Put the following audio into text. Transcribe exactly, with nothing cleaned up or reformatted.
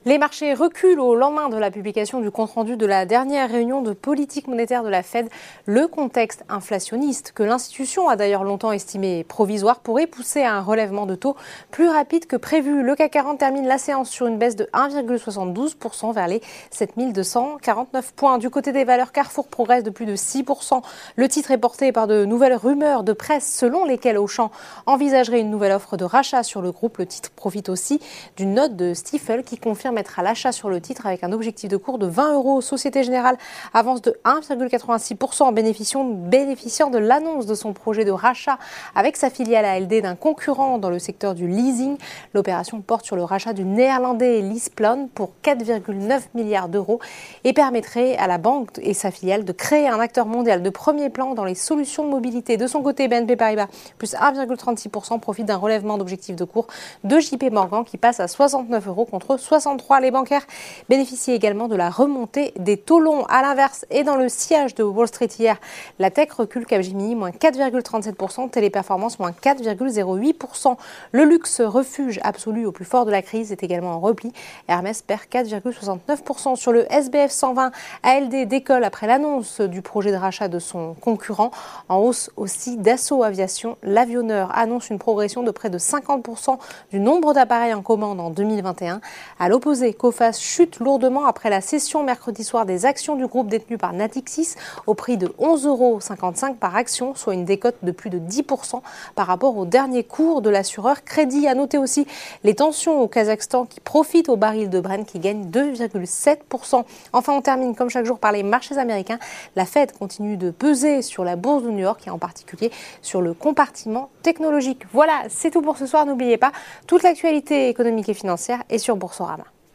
Les marchés reculent au lendemain de la publication du compte-rendu de la dernière réunion de politique monétaire de la Fed. Le contexte inflationniste, que l'institution a d'ailleurs longtemps estimé provisoire, pourrait pousser à un relèvement de taux plus rapide que prévu. Le C A C quarante termine la séance sur une baisse de un virgule soixante-douze pour cent vers les sept mille deux cent quarante-neuf points. Du côté des valeurs, Carrefour progresse de plus de six pour cent. Le titre est porté par de nouvelles rumeurs de presse selon lesquelles Auchan envisagerait une nouvelle offre de rachat sur le groupe. Le titre profite aussi d'une note de Stifel qui confirme être à l'achat sur le titre avec un objectif de cours de vingt euros. Société Générale avance de un virgule quatre-vingt-six pour cent en bénéficiant, bénéficiant de l'annonce de son projet de rachat avec sa filiale A L D d'un concurrent dans le secteur du leasing. L'opération porte sur le rachat du néerlandais Leaseplan pour quatre virgule neuf milliards d'euros et permettrait à la banque et sa filiale de créer un acteur mondial de premier plan dans les solutions de mobilité. De son côté, B N P Paribas, plus un virgule trente-six pour cent, profite d'un relèvement d'objectif de cours de J P Morgan qui passe à soixante-neuf euros contre soixante-trois. Les bancaires bénéficient également de la remontée des taux longs. À l'inverse, et dans le sillage de Wall Street hier, la tech recule, Capgemini moins quatre virgule trente-sept pour cent, Téléperformance moins quatre virgule zéro huit pour cent. Le luxe, refuge absolu au plus fort de la crise, est également en repli. Hermès perd quatre virgule soixante-neuf pour cent. Sur le S B F cent vingt, A L D décolle après l'annonce du projet de rachat de son concurrent. En hausse aussi Dassault Aviation. L'avionneur annonce une progression de près de cinquante pour cent du nombre d'appareils en commande en deux mille vingt et un. À l'opposé, Coface chute lourdement après la cession mercredi soir des actions du groupe détenues par Natixis au prix de onze euros cinquante-cinq par action, soit une décote de plus de dix pour cent par rapport au dernier cours de l'assureur Crédit. À noter aussi les tensions au Kazakhstan qui profitent au baril de Brent qui gagne deux virgule sept pour cent. Enfin, on termine comme chaque jour par les marchés américains. La Fed continue de peser sur la bourse de New York et en particulier sur le compartiment technologique. Voilà, c'est tout pour ce soir. N'oubliez pas, toute l'actualité économique et financière est sur Boursorama.